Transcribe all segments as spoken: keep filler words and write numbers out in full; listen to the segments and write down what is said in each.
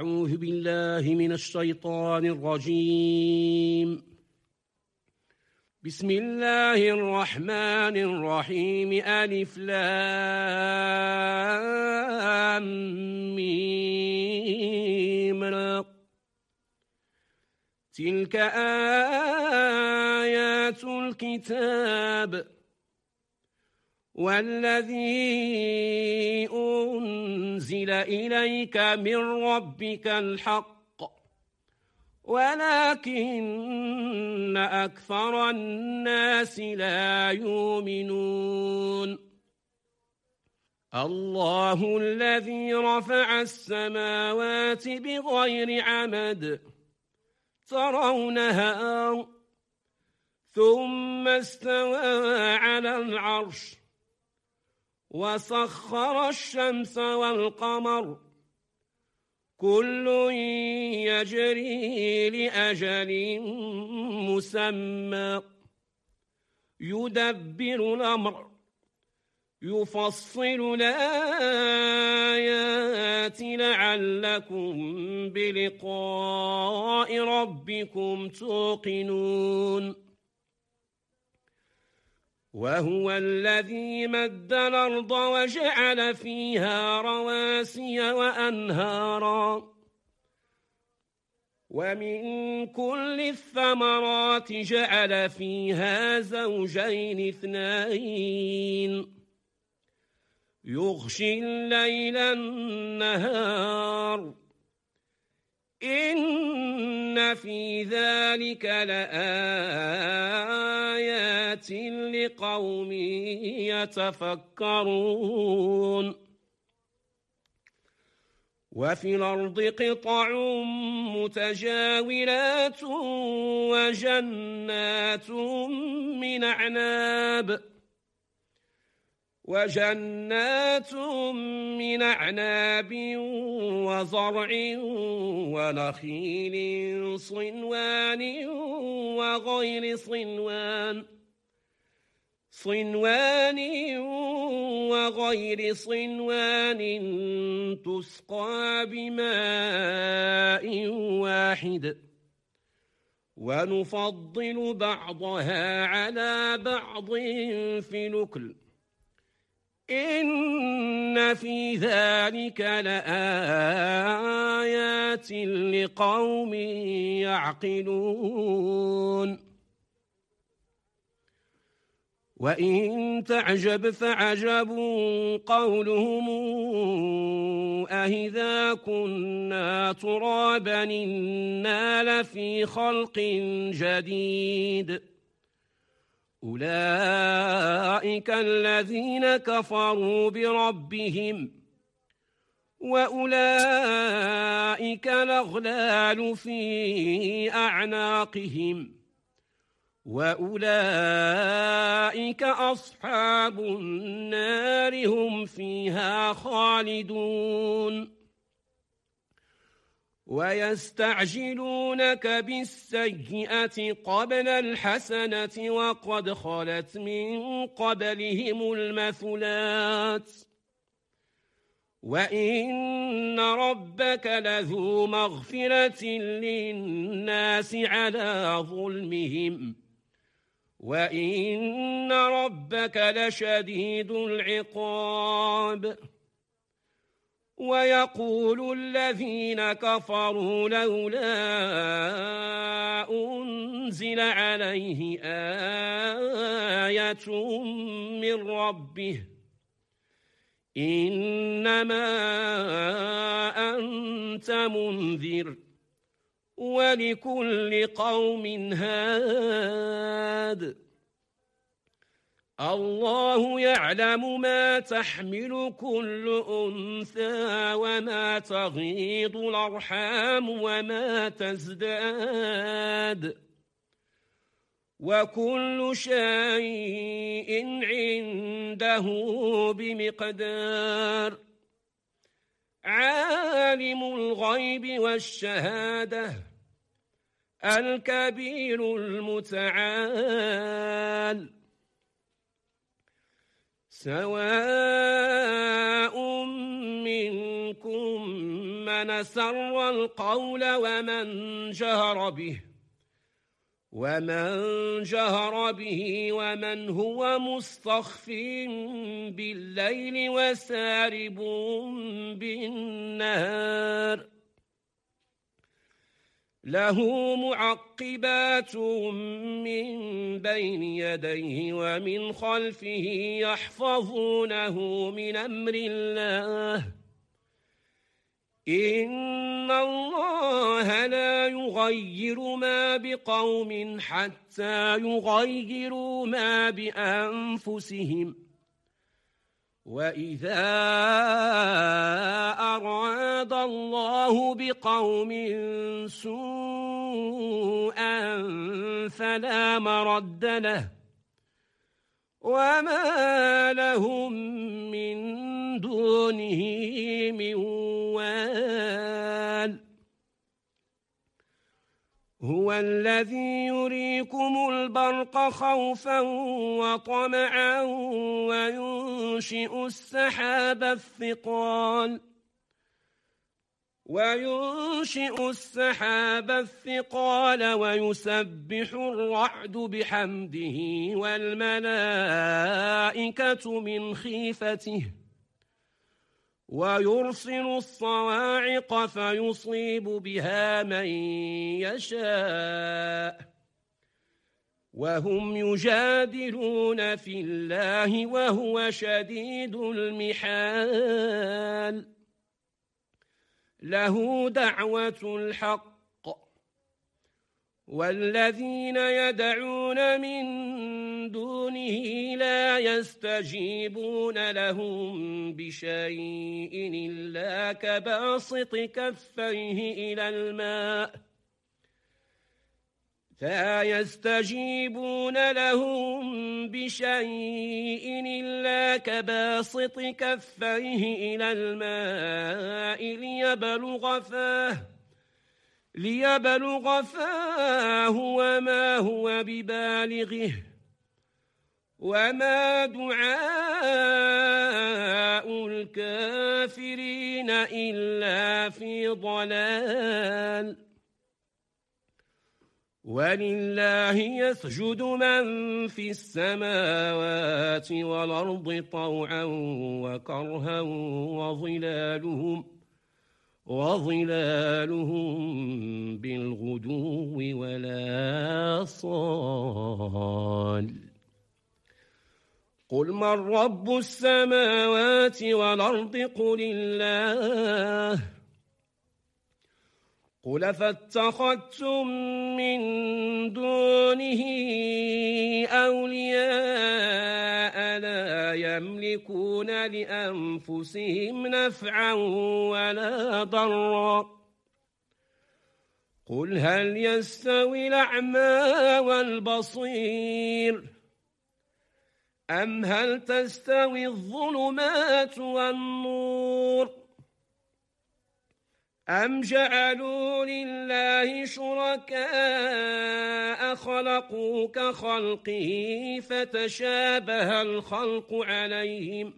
أعوذ بالله من الشيطان الرجيم. بسم الله الرحمن الرحيم. ألف لام ميم. تلك آيات الكتاب والذي أنزل إليك من ربك الحق ولكن أكثر الناس لا يؤمنون. الله الذي رفع السماوات بغير عمد ترونها ثم استوى على العرش وسخر الشمس والقمر كل يجري لأجل مسمى يدبر الأمر يفصل الآيات لعلكم بلقاء ربكم توقنون. وهو الذي مد الأرض وجعل فيها رواسي وأنهارا ومن كل الثمرات جعل فيها زوجين اثنين يغشي الليل النهار إن في ذلك لآيات لقوم يتفكرون. وفي الأرض قطع متجاورات وجنات من أعناب وجنات من أعناب وزرع ونخيل صنوان وغير صنوان صنوان وغير صنوان تسقى بماء واحد ونفضل بعضها على بعض في الأكل إن في ذلك لآيات لقوم يعقلون. وإن تعجب فعجب قولهم أإذا كنا ترابا إنا لفي خلق جديد أولئك الذين كفروا بربهم وأولئك الأغلال في أعناقهم وأولئك أصحاب النار هم فيها خالدون. ويستعجلونك بالسيئة قبل الحسنة وقد خلت من قبلهم المثلات وإن ربك لذو مغفرة للناس على ظلمهم وإن ربك لشديد العقاب. ويقول الذين كفروا لولا أنزل عليه آية من ربه إنما أنت منذر ولكل قوم هاد. الله يعلم ما تحمل كل أنثى وما تغيض الأرحام وما تزداد وكل شيء عنده بمقدار. عالم الغيب والشهادة الكبير المتعال سواء منكم من من أسر القول ومن جهر به ومن جهر به ومن هو مستخف بالليل وسارب بالنهار له معقبات من بين يديه ومن خلفه يحفظونه من أمر الله إن الله لا يغير ما بقوم حتى يغيروا ما بأنفسهم وإذا أراد الله بقوم سوءا فلا مرد له وما لهم من دونه من وال هو الذي يريكم البرق خوفا وطمعا وينشئ السحاب الثقال وينشئ السحاب الثقال ويسبح الرعد بحمده والملائكة من خيفته ويرسل الصواعق فيصيب بها من يشاء وهم يجادلون في الله وهو شديد المحال له دعوة الحق والذين يدعون من دونه لا يستجيبون لهم بشيء إلا كباسط كفيه إلى الماء لا يستجيبون لهم بشيء إلا كباسط كفيه إلى الماء ليبلغ فاه ليبلغ فاه وما هو ببالغه وما دعاء الكافرين إلا في ضلال ولله يسجد من في السماوات والأرض طوعا وكرها وظلالهم وظلالهم بالغدو ولا صال قل من رب السماوات والأرض قل الله قل فاتخذتم من دونه أولياء لا يملكون لأنفسهم نفعا ولا ضرا قل هل يستوي الأعمى والبصير أم هل تستوي الظلمات والنور أم جعلوا لله شركاء خلقوا كخلقه فتشابه الخلق عليهم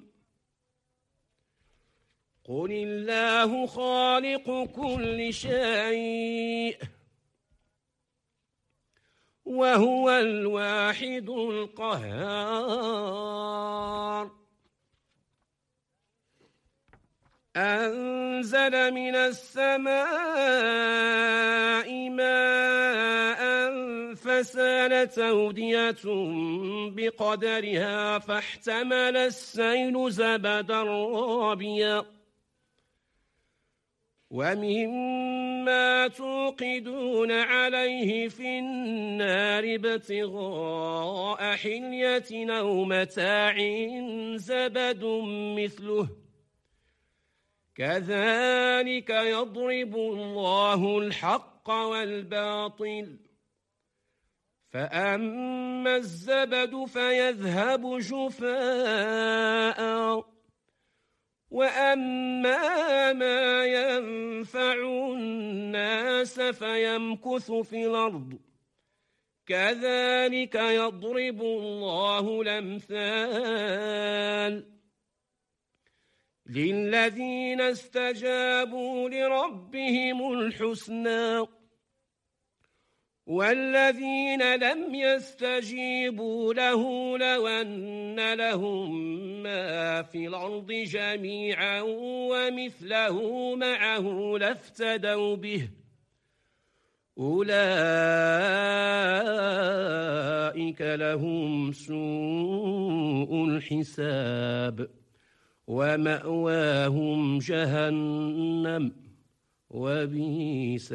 قل الله خالق كل شيء وهو الواحد القهار أنزل من السماء ماء فسالت أودية بقدرها فاحتمل السيل زبدا رابيا ومما توقدون عليه في النار ابتغاء حلية أو متاع زبد مثله كذلك يضرب الله الحق والباطل فأما الزبد فيذهب جفاء وأما ما ينفع الناس فيمكث في الأرض كذلك يضرب الله الأمثال للذين استجابوا لربهم الحسنى والذين لم يستجيبوا له لو أن لهم ما في الأرض جميعا ومثله معه لافتدوا به أولئك لهم سوء الحساب ومأواهم جهنم وبئس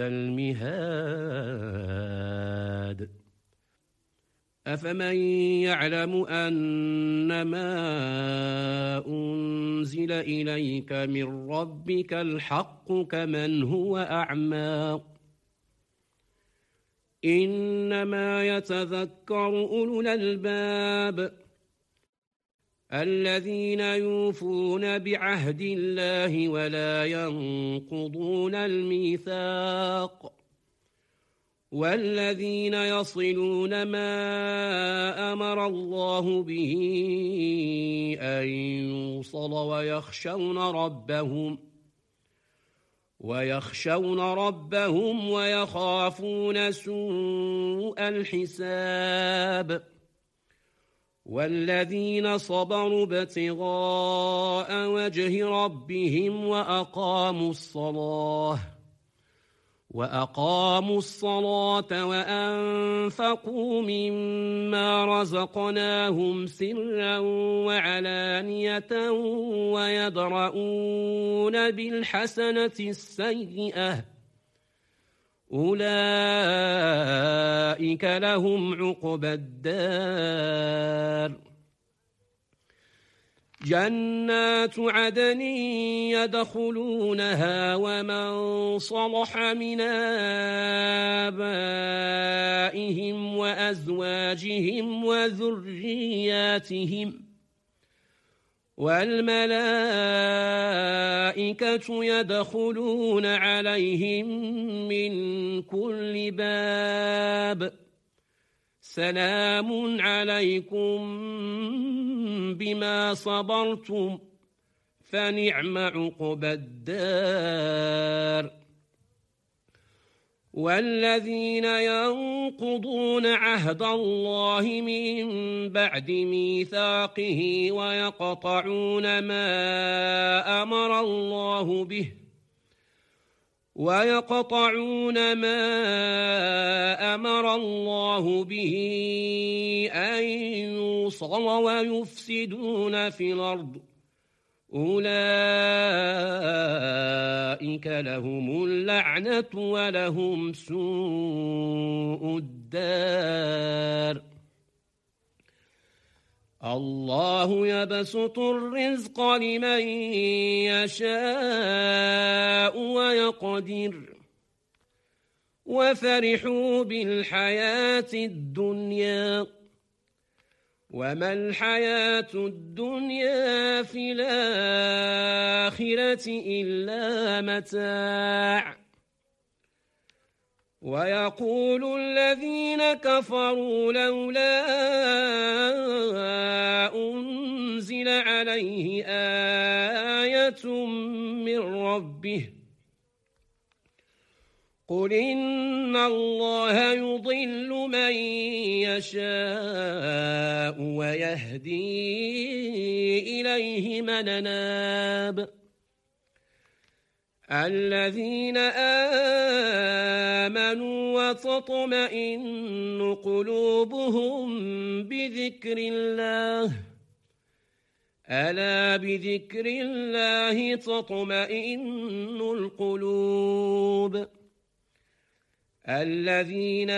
المهاد أفمن يعلم أنما أنزل إليك من ربك الحق كمن هو أعمى إنما يتذكر أولو الألباب الذين يوفون بعهد الله ولا ينقضون الميثاق والذين يصلون ما أمر الله به أن يوصل ويخشون ربهم ويخشون ربهم ويخافون سوء الحساب والذين صبروا ابتغاء وجه ربهم وأقاموا الصلاة وأقاموا الصلاة وأنفقوا مما رزقناهم سرا وعلانية ويدرؤون بالحسنة السيئة أولئك لهم عقبى الدار جنات عدن يدخلونها ومن صلح من آبائهم وأزواجهم وذرياتهم والملائكة يدخلون عليهم من كل باب سلام عليكم بما صبرتم فنعم عقبى الدار والذين ينقضون عهد الله من بعد ميثاقه ويقطعون ما أمر الله به ويقطعون ما أمر الله به أن يوصل ويفسدون في الأرض أولئك لهم اللعنة ولهم سوء الدار الله يبسط الرزق لمن يشاء ويقدر وفرحوا بالحياة الدنيا وما الحياة الدنيا في الآخرة إلا متاع ويقول الذين كفروا لولا أنزل عليه آية من ربه قل إن الله يضل من يشاء ويهدي إليه من أناب الذين آمنوا وتطمئن قلوبهم بذكر الله ألا بذكر الله تطمئن القلوب الذين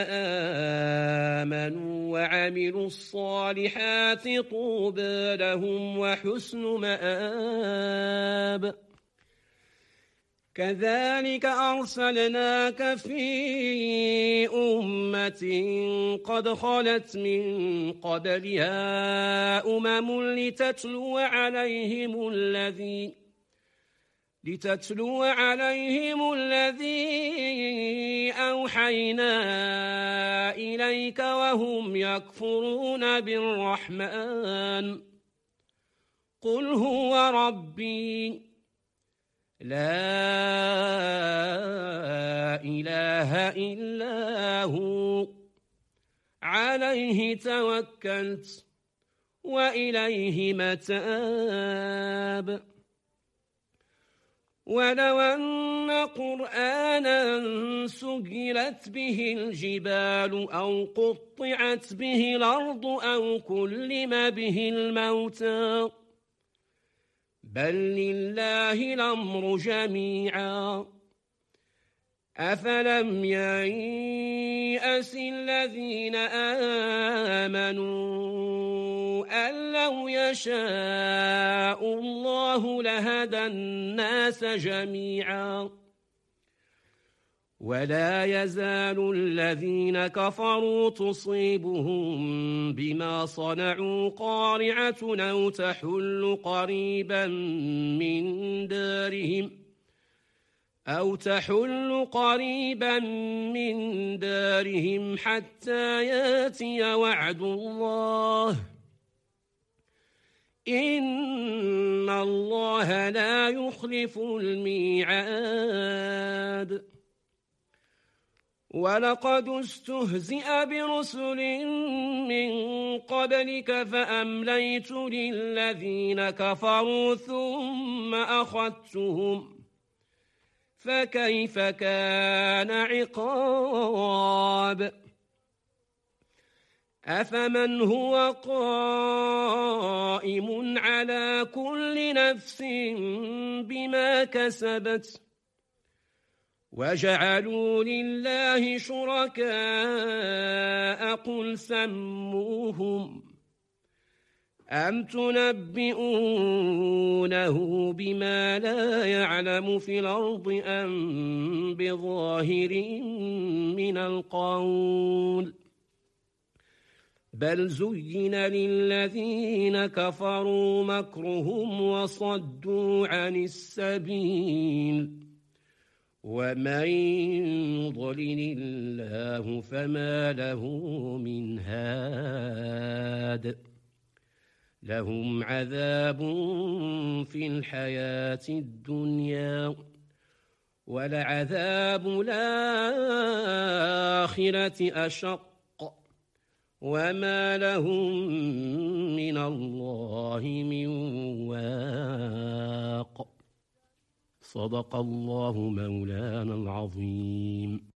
آمنوا وعملوا الصالحات طوبى لهم وحسن مآب كذلك أرسلناك في أمة قد خلت من قبلها أمم لتتلو عليهم الذي لتتلو عليهم الذي أوحينا إليك وهم يكفرون بالرحمن قل هو ربي لا إله إلا هو عليه توكلت وإليه متاب ولو أن قرآنا سجلت به الجبال أو قطعت به الأرض أو كلم به الموتى بل لله الأمر جميعا أفلم ييأس الذين آمنوا أن لو يشاء الله لهدى الناس جميعا ولا يزال الذين كفروا تصيبهم بما صنعوا قارعة أو تحل قريبا من دارهم أو تحل قريبا من دارهم حتى ياتي وعد الله إن الله لا يخلف الميعاد ولقد استهزئ برسل من قبلك فأمليت للذين كفروا ثم أخذتهم فكيف كان عقاب أفمن هو قائم على كل نفس بما كسبت وجعلوا لله شركاء قل سموهم أم تنبئونه بما لا يعلم في الأرض أم بظاهر من القول بل زين للذين كفروا مكرهم وصدوا عن السبيل ومن يضلل الله فما له من هاد لهم عذاب في الحياة الدنيا ولعذاب الآخرة أشق وما لهم من الله من واق صدق الله مولانا العظيم.